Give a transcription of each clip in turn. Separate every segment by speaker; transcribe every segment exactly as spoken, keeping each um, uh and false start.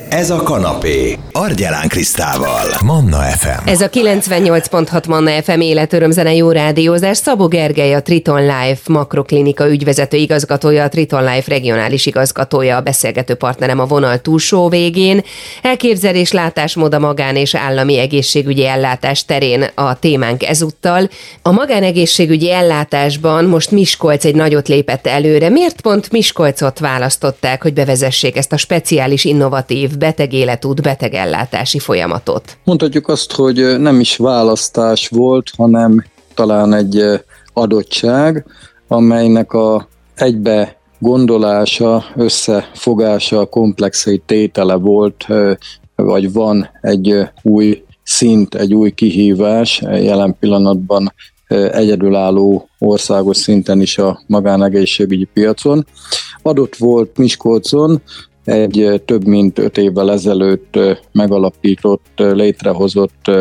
Speaker 1: Ez a kanapé. Argyelán Krisztával. Manna ef em.
Speaker 2: Ez a kilencvennyolc pont hat Manna ef em életöröm-zene jó rádiózás. Szabó Gergely, a Triton Life makroklinika ügyvezető igazgatója, a Triton Life regionális igazgatója, a beszélgető partnerem a vonal túlsó végén. Elképzelés, látásmód a magán és állami egészségügyi ellátás terén a témánk ezúttal. A magánegészségügyi ellátásban most Miskolc egy nagyot lépett előre. Miért pont Miskolcot választották, hogy bevezessék ezt a speciális, innovatív betegéletút, betegellátási folyamatot?
Speaker 3: Mondhatjuk azt, hogy nem is választás volt, hanem talán egy adottság, amelynek a egybe gondolása, összefogása, komplexei tétele volt, vagy van egy új szint, egy új kihívás, jelen pillanatban egyedülálló országos szinten is a magánegészségügyi piacon. Adott volt Miskolcon egy több mint öt évvel ezelőtt megalapított, létrehozott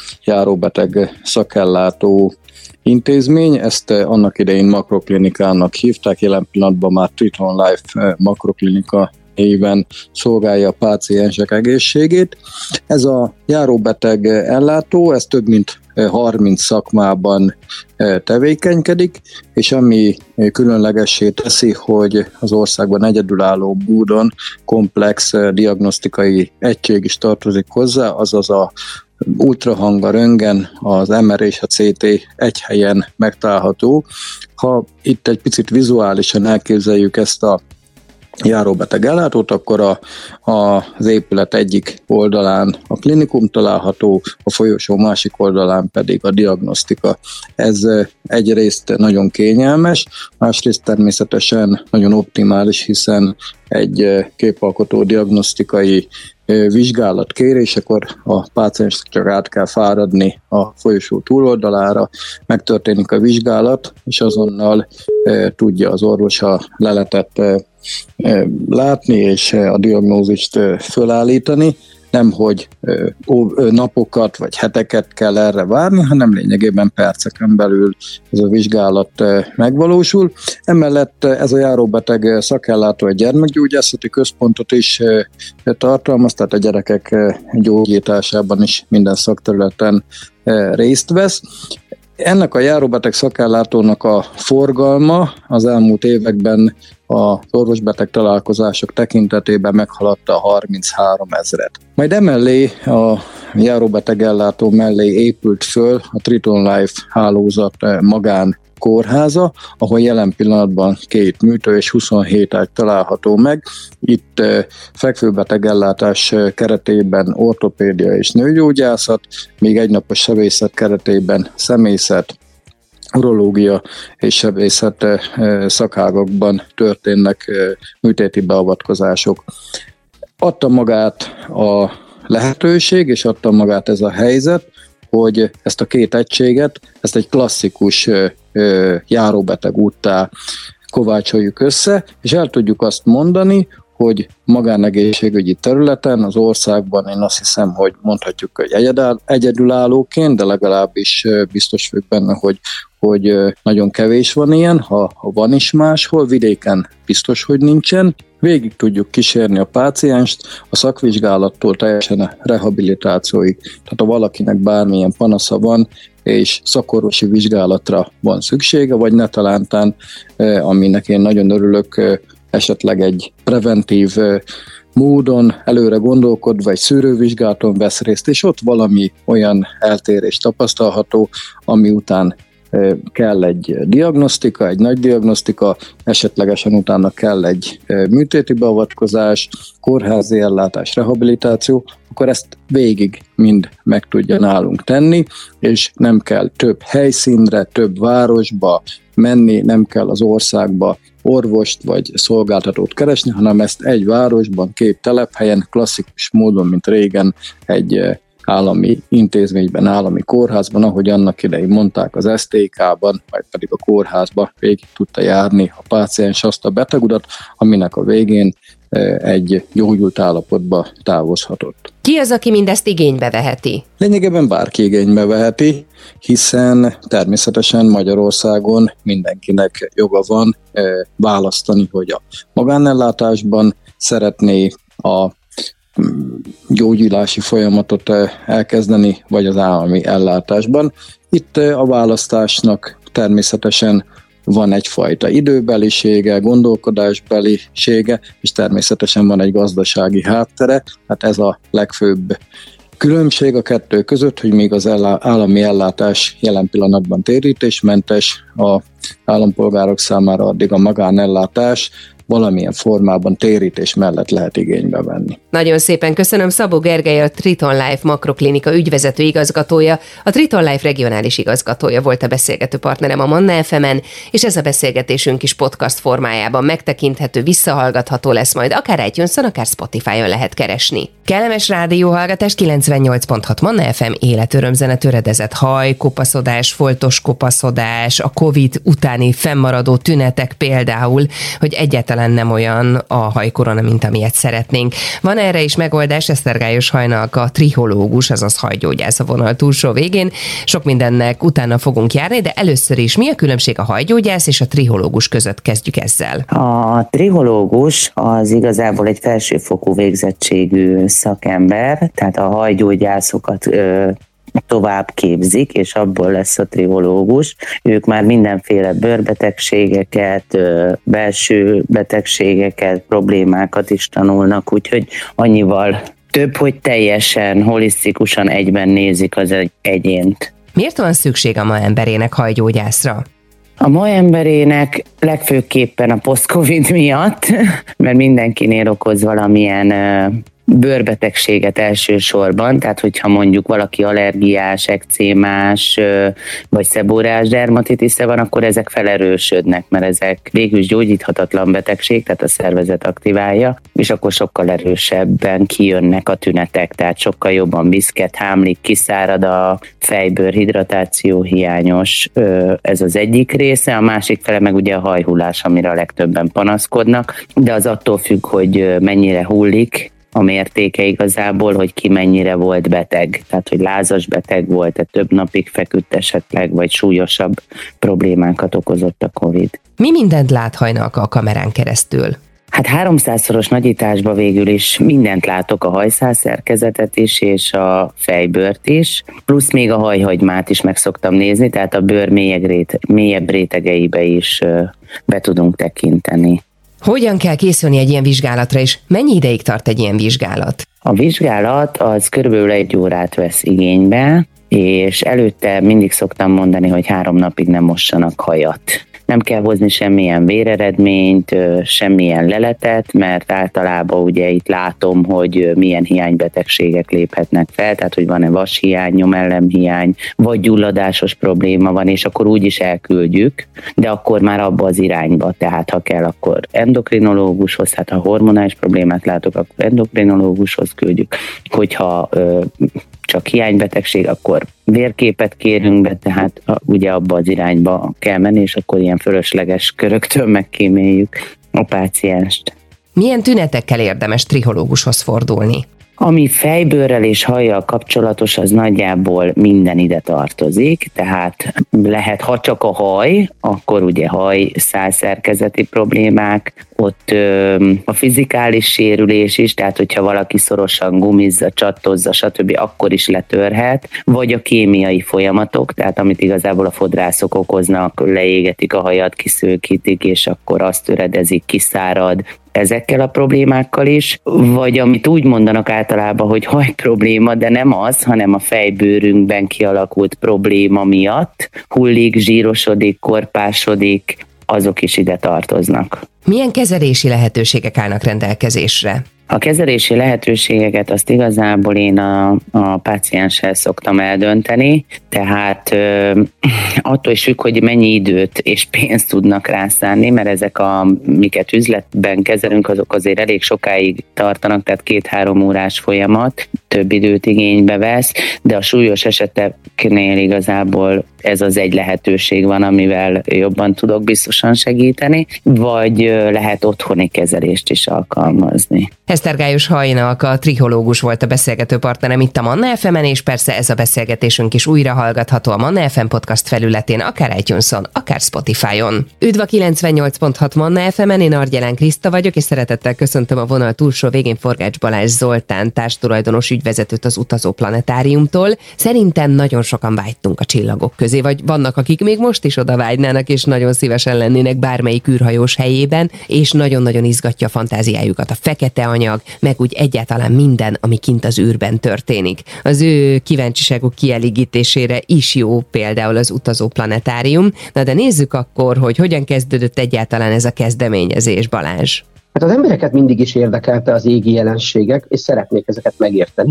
Speaker 3: járóbeteg szakellátó intézmény. Ezt annak idején makroklinikának hívták, jelen pillanatban már Triton Life makroklinika néven szolgálja a páciensek egészségét. Ez a járóbeteg ellátó, ez több mint harminc szakmában tevékenykedik, és ami különlegessé teszi, hogy az országban egyedülálló módon komplex diagnosztikai egység is tartozik hozzá, azaz a ultrahang, a röntgen, az em er és a cé té egy helyen megtalálható. Ha itt egy picit vizuálisan elképzeljük ezt a járóbeteg ellátót, akkor a, a, az épület egyik oldalán a klinikum található, a folyosó másik oldalán pedig a diagnosztika. Ez egyrészt nagyon kényelmes, másrészt természetesen nagyon optimális, hiszen egy képalkotó diagnosztikai vizsgálat kérésekor a páciens csak át kell fáradni a folyosó túloldalára, megtörténik a vizsgálat, és azonnal e, tudja az orvos a leletet e, e, látni, és a diagnózist e, fölállítani. Nem, hogy e, napokat vagy heteket kell erre várni, hanem lényegében perceken belül ez a vizsgálat e, megvalósul. Emellett ez a járóbeteg szakellátó egy gyermekgyógyászati központot is e, tartalmaz, tehát a gyerekek e, gyógyításában is minden szakterületen e, részt vesz. Ennek a járóbeteg szakellátónak a forgalma az elmúlt években az orvosbeteg találkozások tekintetében meghaladta a harminchárom ezret. Majd emellé a járóbeteg ellátó mellé épült föl a Triton Life hálózat magán kórháza, ahol jelen pillanatban két műtő és huszonhét ágy található meg. Itt fekvőbetegellátás keretében ortopédia és nőgyógyászat, még egynapos sebészet keretében szemészet, urológia és sebészet szakágakban történnek műtéti beavatkozások. Adta magát a lehetőség, és adta magát ez a helyzet, hogy ezt a két egységet, ezt egy klasszikus járóbeteg úttá kovácsoljuk össze, és el tudjuk azt mondani, hogy magánegészségügyi területen az országban én azt hiszem, hogy mondhatjuk, hogy egyedülállóként, de legalábbis biztos vagyok benne, hogy, hogy nagyon kevés van ilyen, ha, ha van is máshol, vidéken biztos, hogy nincsen. Végig tudjuk kísérni a pácienst a szakvizsgálattól teljesen a rehabilitációig. Tehát ha valakinek bármilyen panasza van, és szakorvosi vizsgálatra van szüksége, vagy netalántán, aminek én nagyon örülök, esetleg egy preventív módon előre gondolkodva egy szűrővizsgálaton vesz részt, és ott valami olyan eltérés tapasztalható, ami után kell egy diagnosztika, egy nagy diagnosztika, esetlegesen utána kell egy műtéti beavatkozás, kórházi ellátás, rehabilitáció, akkor ezt végig mind meg tudja nálunk tenni, és nem kell több helyszínre, több városba menni, nem kell az országba orvost vagy szolgáltatót keresni, hanem ezt egy városban, két telephelyen, klasszikus módon, mint régen egy állami intézményben, állami kórházban, ahogy annak idején mondták az es té ká-ban, vagy pedig a kórházban végig tudta járni a páciens azt a betegutat, aminek a végén egy gyógyult állapotba távozhatott.
Speaker 2: Ki az, aki mindezt igénybe veheti?
Speaker 3: Lényegében bárki igénybe veheti, hiszen természetesen Magyarországon mindenkinek joga van választani, hogy a magánellátásban szeretné a gyógyulási folyamatot elkezdeni, vagy az állami ellátásban. Itt a választásnak természetesen van egyfajta időbelisége, gondolkodásbelisége, és természetesen van egy gazdasági háttere. Hát ez a legfőbb különbség a kettő között, hogy még az állami ellátás jelen pillanatban térítésmentes, a állampolgárok számára addig a magánellátás valamilyen formában térítés mellett lehet igénybe venni.
Speaker 2: Nagyon szépen köszönöm. Szabó Gergely, a Triton Life Makroklinika ügyvezető igazgatója, a Triton Life regionális igazgatója volt a beszélgető partnerem a Manna ef emen, és ez a beszélgetésünk is podcast formájában megtekinthető, visszahallgatható lesz majd, akár iTunes-on, akár Spotify-on lehet keresni. Kellemes rádióhallgatás, kilencvennyolc pont hat Manna ef em, életörömzene, töredezett haj, kopaszodás, foltos kopaszodás, a Covid utáni fennmaradó tünetek például, hogy egyáltalán nem olyan a hajkorona, mint amilyet szeretnénk. Van erre is megoldás, Esztergályos Hajnalka, a trihológus, azaz hajgyógyász a vonal túlsó végén. Sok mindennek utána fogunk járni, de először is mi a különbség a hajgyógyász és a trihológus között? Kezdjük ezzel.
Speaker 4: A trihológus az igazából egy felsőfokú végzettségű szakember, tehát a hajgyógyászokat ö, tovább képzik, és abból lesz a trihológus. Ők már mindenféle bőrbetegségeket, belső betegségeket, problémákat is tanulnak, úgyhogy annyival több, hogy teljesen holisztikusan egyben nézik az egyént.
Speaker 2: Miért van szükség a ma emberének hajgyógyászra?
Speaker 4: A ma emberének legfőképpen a post-covid miatt, mert mindenkinél okoz valamilyen bőrbetegséget elsősorban, tehát hogyha mondjuk valaki allergiás, ekcémás vagy szebórás dermatitisze van, akkor ezek felerősödnek, mert ezek végül is gyógyíthatatlan betegség, tehát a szervezet aktiválja, és akkor sokkal erősebben kijönnek a tünetek, tehát sokkal jobban viszket, hámlik, kiszárad a fejbőr, hidratáció hiányos, ez az egyik része, a másik fele meg ugye a hajhullás, amire a legtöbben panaszkodnak, de az attól függ, hogy mennyire hullik a mértéke igazából, hogy ki mennyire volt beteg. Tehát, hogy lázas beteg volt-e, több napig feküdt esetleg, vagy súlyosabb problémákat okozott a Covid.
Speaker 2: Mi mindent lát Hajnalka a kamerán keresztül?
Speaker 4: Hát háromszázszoros nagyításban végül is mindent látok, a hajszál szerkezetet is, és a fejbőrt is, plusz még a hajhagymát is meg szoktam nézni, tehát a bőr mélyebb rétegeibe is be tudunk tekinteni.
Speaker 2: Hogyan kell készülni egy ilyen vizsgálatra, és mennyi ideig tart egy ilyen vizsgálat?
Speaker 4: A vizsgálat az körülbelül egy órát vesz igénybe, és előtte mindig szoktam mondani, hogy három napig nem mossanak hajat. Nem kell hozni semmilyen véreredményt, semmilyen leletet, mert általában ugye itt látom, hogy milyen hiánybetegségek léphetnek fel, tehát hogy van-e vashiány, nyomellemhiány, vagy gyulladásos probléma van, és akkor úgy is elküldjük, de akkor már abba az irányba, tehát ha kell, akkor endokrinológushoz, hát ha hormonális problémát látok, akkor endokrinológushoz küldjük, hogyha ö, csak hiánybetegség, akkor vérképet kérünk be, tehát ugye abba az irányba kell menni, és akkor ilyen fölösleges köröktől megkíméljük a pácienst.
Speaker 2: Milyen tünetekkel érdemes trihológushoz fordulni?
Speaker 4: Ami fejbőrrel és hajjal kapcsolatos, az nagyjából minden ide tartozik, tehát lehet, ha csak a haj, akkor ugye haj, szálszerkezeti problémák, ott ö, a fizikális sérülés is, tehát hogyha valaki szorosan gumizza, csattozza, stb., akkor is letörhet, vagy a kémiai folyamatok, tehát amit igazából a fodrászok okoznak, leégetik a hajat, kiszőkítik, és akkor azt töredezik, kiszárad, ezekkel a problémákkal is, vagy amit úgy mondanak általában, hogy haj probléma, de nem az, hanem a fejbőrünkben kialakult probléma miatt hullik, zsírosodik, korpásodik, azok is ide tartoznak.
Speaker 2: Milyen kezelési lehetőségek állnak rendelkezésre?
Speaker 4: A kezelési lehetőségeket azt igazából én a, a pácienssel szoktam eldönteni, tehát ö, attól is függ, hogy mennyi időt és pénzt tudnak rászánni, mert ezek, a, miket üzletben kezelünk, azok azért elég sokáig tartanak, tehát két-három órás folyamat, több időt igénybe vesz, de a súlyos eseteknél igazából ez az egy lehetőség van, amivel jobban tudok biztosan segíteni, vagy lehet otthoni kezelést is alkalmazni.
Speaker 2: Esztergályos Hajnak, a trichológus volt a beszélgető partnerem itt a Manna ef emen, és persze ez a beszélgetésünk is újra hallgatható a Manna ef em podcast felületén, akár iTunes-on, akár Spotify-on. Üdv a kilencvennyolc pont hat Manna ef emen, én Argyelán Kriszta vagyok, és szeretettel köszöntöm a vonal túlsó végén Forgács Balázs Zoltán, társtulajdonos ügyvezetőt az Utazó Planetáriumtól. Szerintem nagyon sokan vágytunk a csillagok közé, vagy vannak, akik még most is oda vágynának, és nagyon szívesen lennének bármelyik űrhajós helyében, és nagyon-nagyon izgatja a fantáziájukat a fekete anyag, meg úgy egyáltalán minden, ami kint az űrben történik. Az ő kíváncsiságuk kielégítésére is jó például az Utazó Planetárium. Na de nézzük akkor, hogy hogyan kezdődött egyáltalán ez a kezdeményezés, Balázs.
Speaker 5: Hát az embereket mindig is érdekelte az égi jelenségek, és szeretnék ezeket megérteni.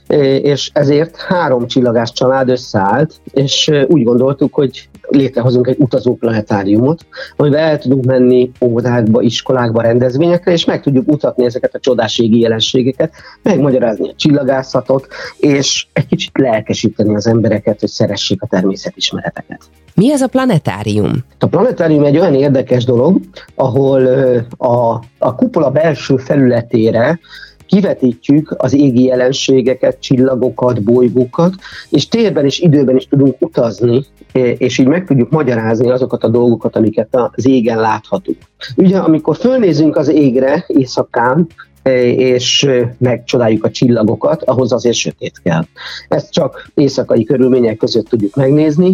Speaker 5: És ezért három csillagás család összeállt, és úgy gondoltuk, hogy létrehozunk egy utazó planetáriumot, amivel el tudunk menni óvodákba, iskolákba, rendezvényekre, és meg tudjuk mutatni ezeket a csodás égi jelenségeket, megmagyarázni a csillagászatot, és egy kicsit lelkesíteni az embereket, hogy szeressék a természetismereteket.
Speaker 2: Mi ez a planetárium?
Speaker 5: A planetárium egy olyan érdekes dolog, ahol a, a kupola belső felületére kivetítjük az égi jelenségeket, csillagokat, bolygókat, és térben és időben is tudunk utazni, és így meg tudjuk magyarázni azokat a dolgokat, amiket az égen láthatunk. Ugye, amikor fölnézünk az égre éjszakán, és megcsodáljuk a csillagokat, ahhoz azért sötét kell. Ezt csak éjszakai körülmények között tudjuk megnézni,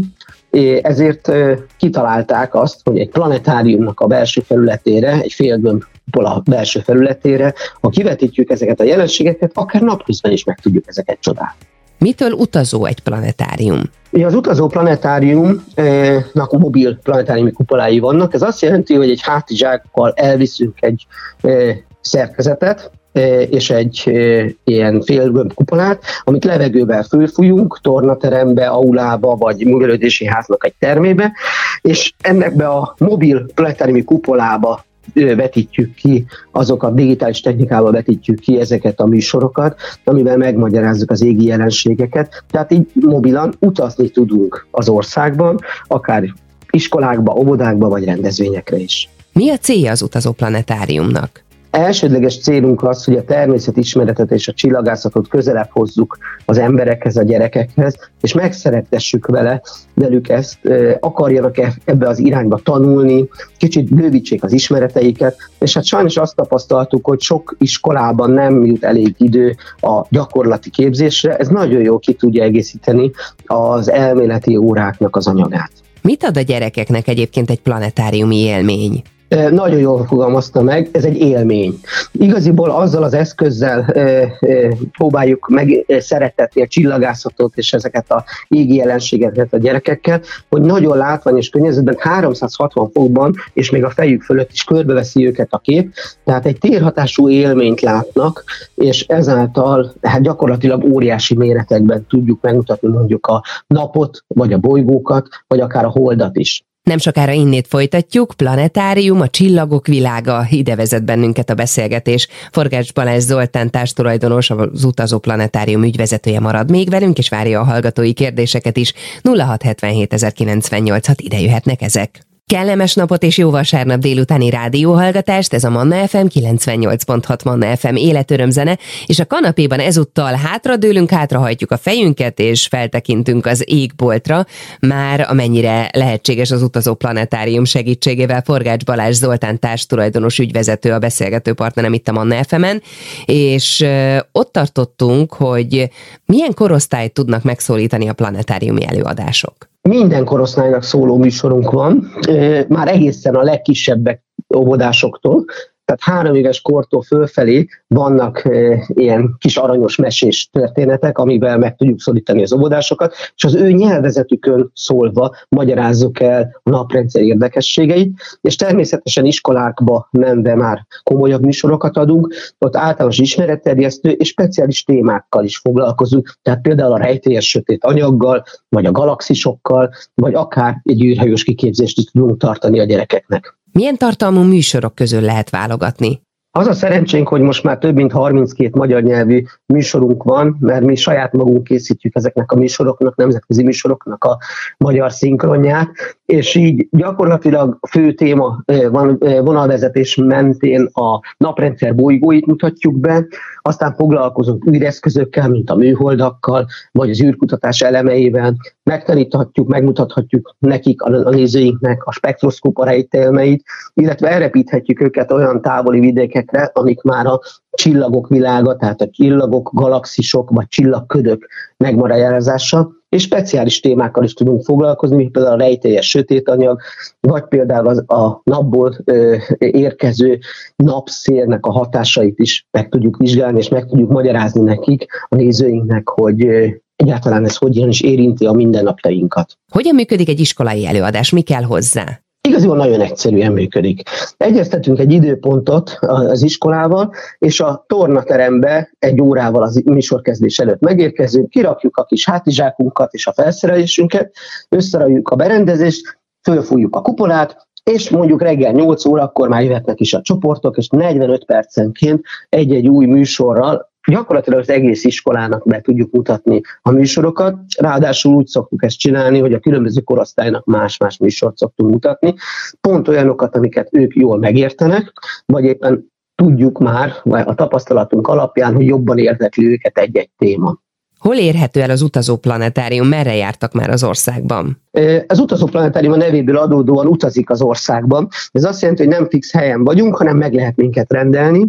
Speaker 5: ezért kitalálták azt, hogy egy planetáriumnak a belső felületére, egy félgömb kupola belső felületére, ha kivetítjük ezeket a jelenségeket, akár napközben is meg tudjuk ezeket csodálni.
Speaker 2: Mitől utazó egy planetárium?
Speaker 5: Ja, az Utazó Planetáriumnak mobil planetáriumi kupolái vannak. Ez azt jelenti, hogy egy hátizsákkal elviszünk egy szerkezetet, és egy ilyen félgömb kupolát, amit levegővel fölfújunk, tornaterembe, aulába, vagy művelődési háznak egy termébe, és ennekbe a mobil planetáriumi kupolába vetítjük ki, azokat digitális technikával vetítjük ki ezeket a műsorokat, amivel megmagyarázzuk az égi jelenségeket. Tehát így mobilan utazni tudunk az országban, akár iskolákba, óvodákba, vagy rendezvényekre is.
Speaker 2: Mi a célja az Utazó Planetáriumnak?
Speaker 5: Elsődleges célunk az, hogy a természetismeretet és a csillagászatot közelebb hozzuk az emberekhez, a gyerekekhez, és megszerettessük vele, velük ezt, akarjanak ebbe az irányba tanulni, kicsit bővítsék az ismereteiket, és hát sajnos azt tapasztaltuk, hogy sok iskolában nem jut elég idő a gyakorlati képzésre, ez nagyon jól ki tudja egészíteni az elméleti óráknak az anyagát.
Speaker 2: Mit ad a gyerekeknek egyébként egy planetáriumi élmény?
Speaker 5: Nagyon jól fogalmazta meg, ez egy élmény. Igaziból azzal az eszközzel e, e, próbáljuk meg szeretetni a csillagászatot és ezeket a égi jelenségeket a gyerekekkel, hogy nagyon látványos környezetben háromszázhatvan fokban, és még a fejük fölött is körbeveszi őket a kép, tehát egy térhatású élményt látnak, és ezáltal hát gyakorlatilag óriási méretekben tudjuk megmutatni mondjuk a napot, vagy a bolygókat, vagy akár a holdat is.
Speaker 2: Nem sokára innét folytatjuk, planetárium, a csillagok világa, ide vezet bennünket a beszélgetés. Forgács Balázs Zoltán, társtulajdonos, az Utazó Planetárium ügyvezetője marad még velünk, és várja a hallgatói kérdéseket is. nulla hat hetvenhét ezerkilencvennyolc, ide jöhetnek ezek. Kellemes napot és jó vasárnap délutáni rádióhallgatást, ez a Manna ef em kilencvennyolc pont hat Manna ef em életörömzene, és a kanapéban ezúttal hátradőlünk, hátrahajtjuk a fejünket, és feltekintünk az égboltra, már amennyire lehetséges az Utazó Planetárium segítségével. Forgács Balázs Zoltán, társtulajdonos ügyvezető a beszélgető partnerem itt a Manna ef emen, és ott tartottunk, hogy milyen korosztályt tudnak megszólítani a planetáriumi előadások.
Speaker 5: Minden korosztálynak szóló műsorunk van, már egészen a legkisebbek óvodásoktól, tehát három éves kortól fölfelé vannak e, ilyen kis aranyos mesés történetek, amivel meg tudjuk szólítani az óvodásokat, és az ő nyelvezetükön szólva magyarázzuk el a naprendszer érdekességeit, és természetesen iskolákba menve már komolyabb műsorokat adunk, ott általános ismeretterjesztő és speciális témákkal is foglalkozunk, tehát például a rejtélyes sötét anyaggal, vagy a galaxisokkal, vagy akár egy űrhajós kiképzést is tudunk tartani a gyerekeknek.
Speaker 2: Milyen tartalmú műsorok közül lehet válogatni?
Speaker 5: Az a szerencsénk, hogy most már több mint harminckét magyar nyelvű műsorunk van, mert mi saját magunk készítjük ezeknek a műsoroknak, nemzetközi műsoroknak a magyar szinkronját, és így gyakorlatilag fő téma vonalvezetés mentén a naprendszer bolygóit mutatjuk be, aztán foglalkozunk űreszközökkel, mint a műholdakkal, vagy az űrkutatás elemeivel, megtaníthatjuk, megmutathatjuk nekik, a nézőinknek a spektroszkópa rejtelmeit, illetve elrepíthetjük őket olyan távoli vidékekre, amik már a csillagok világa, tehát a csillagok, galaxisok vagy csillagködök megmagyarázása, és speciális témákkal is tudunk foglalkozni, mint például a rejtélyes sötétanyag, vagy például az a napból ö, érkező napszélnek a hatásait is meg tudjuk vizsgálni, és meg tudjuk magyarázni nekik, a nézőinknek, hogy ö, egyáltalán ez hogyan is érinti a mindennapjainkat.
Speaker 2: Hogyan működik egy iskolai előadás? Mi kell hozzá?
Speaker 5: Igaziból nagyon egyszerűen működik. Egyeztetünk egy időpontot az iskolával, és a tornaterembe egy órával az műsorkezdés előtt megérkezünk, kirakjuk a kis hátizsákunkat és a felszerelésünket, összerakjuk a berendezést, fölfújjuk a kupolát, és mondjuk reggel nyolc órakor már jöhetnek is a csoportok, és negyvenöt percenként egy-egy új műsorral gyakorlatilag az egész iskolának be tudjuk mutatni a műsorokat, ráadásul úgy szoktuk ezt csinálni, hogy a különböző korosztálynak más-más műsort szoktunk mutatni, pont olyanokat, amiket ők jól megértenek, vagy éppen tudjuk már, vagy a tapasztalatunk alapján, hogy jobban érdekli őket egy-egy téma.
Speaker 2: Hol érhető el az utazóplanetárium? Merre jártak már az országban?
Speaker 5: Az utazóplanetárium a nevéből adódóan utazik az országban. Ez azt jelenti, hogy nem fix helyen vagyunk, hanem meg lehet minket rendelni.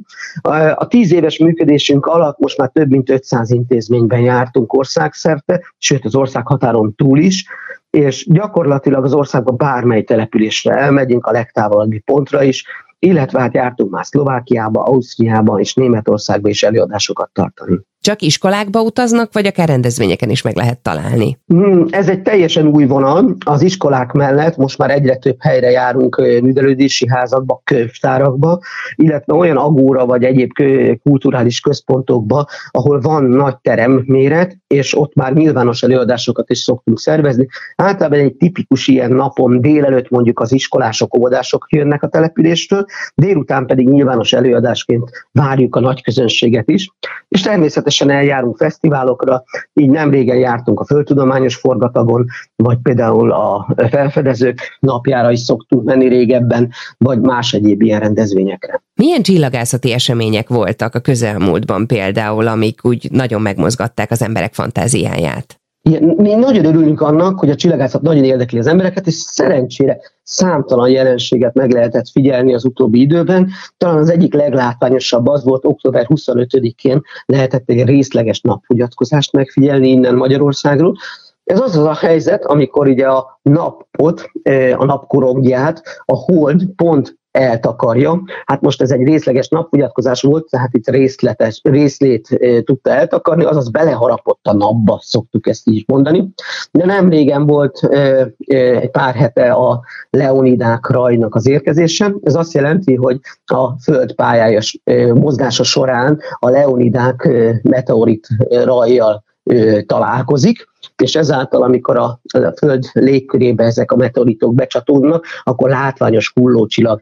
Speaker 5: A tíz éves működésünk alatt most már több mint ötszáz intézményben jártunk országszerte, sőt az ország határon túl is, és gyakorlatilag az országban bármely településre elmegyünk, a legtávolabbi pontra is, illetve hát jártunk már Szlovákiába, Ausztriába és Németországba is előadásokat tartani.
Speaker 2: Csak iskolákba utaznak, vagy akár rendezvényeken is meg lehet találni?
Speaker 5: Hmm, ez egy teljesen új vonal. Az iskolák mellett most már egyre több helyre járunk, művelődési házakba, könyvtárakba, illetve olyan agóra vagy egyéb kulturális központokba, ahol van nagy teremméret, és ott már nyilvános előadásokat is szoktunk szervezni. Általában egy tipikus ilyen napon délelőtt mondjuk az iskolások, óvodások jönnek a településtől, délután pedig nyilvános előadásként várjuk a nagy közönséget is, és természetesen eljárunk fesztiválokra, így nem régen jártunk a Földtudományos Forgatagon, vagy például a Felfedezők napjára is szoktunk menni régebben, vagy más egyéb ilyen rendezvényekre.
Speaker 2: Milyen csillagászati események voltak a közelmúltban például, amik úgy nagyon megmozgatták az emberek fantáziáját?
Speaker 5: Igen, mi nagyon örülünk annak, hogy a csillagászat nagyon érdekli az embereket, és szerencsére számtalan jelenséget meg lehetett figyelni az utóbbi időben. Talán az egyik leglátványosabb az volt, október huszonötödikén lehetett egy részleges napfogyatkozást megfigyelni innen Magyarországról. Ez az az a helyzet, amikor ugye a napot, a napkorongját a hold pont eltakarja. Hát most ez egy részleges napfogyatkozás volt, tehát itt részletes, részlét e, tudta eltakarni, azaz beleharapott a napba, szoktuk ezt így mondani. De nem régen volt e, e, egy pár hete a Leonidák rajnak az érkezése. Ez azt jelenti, hogy a Föld pályája e, mozgása során a Leonidák e, meteorit rajjal e, találkozik, és ezáltal, amikor a, a Föld légkörébe ezek a meteoritok becsatolnak, akkor látványos hullócsillag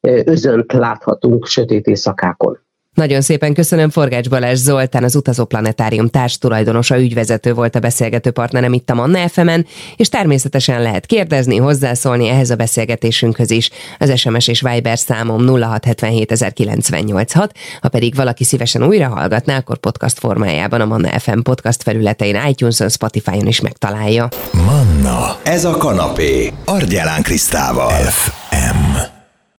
Speaker 5: özönt láthatunk sötét éjszakákon.
Speaker 2: Nagyon szépen köszönöm, Forgács Balázs Zoltán, az Utazóplanetárium társtulajdonosa, ügyvezető volt a beszélgető partnerem itt a Manna ef emen, és természetesen lehet kérdezni, hozzászólni ehhez a beszélgetésünkhöz is. Az es em es és Viber számom nulla hat hetvenhét ezerkilencszáznyolcvanhat, ha pedig valaki szívesen újra hallgatná, akkor podcast formájában a Manna ef em podcast felületein, iTunes-on, Spotify-on is megtalálja.
Speaker 1: Manna, ez a kanapé, Argyelán Krisztával. ef em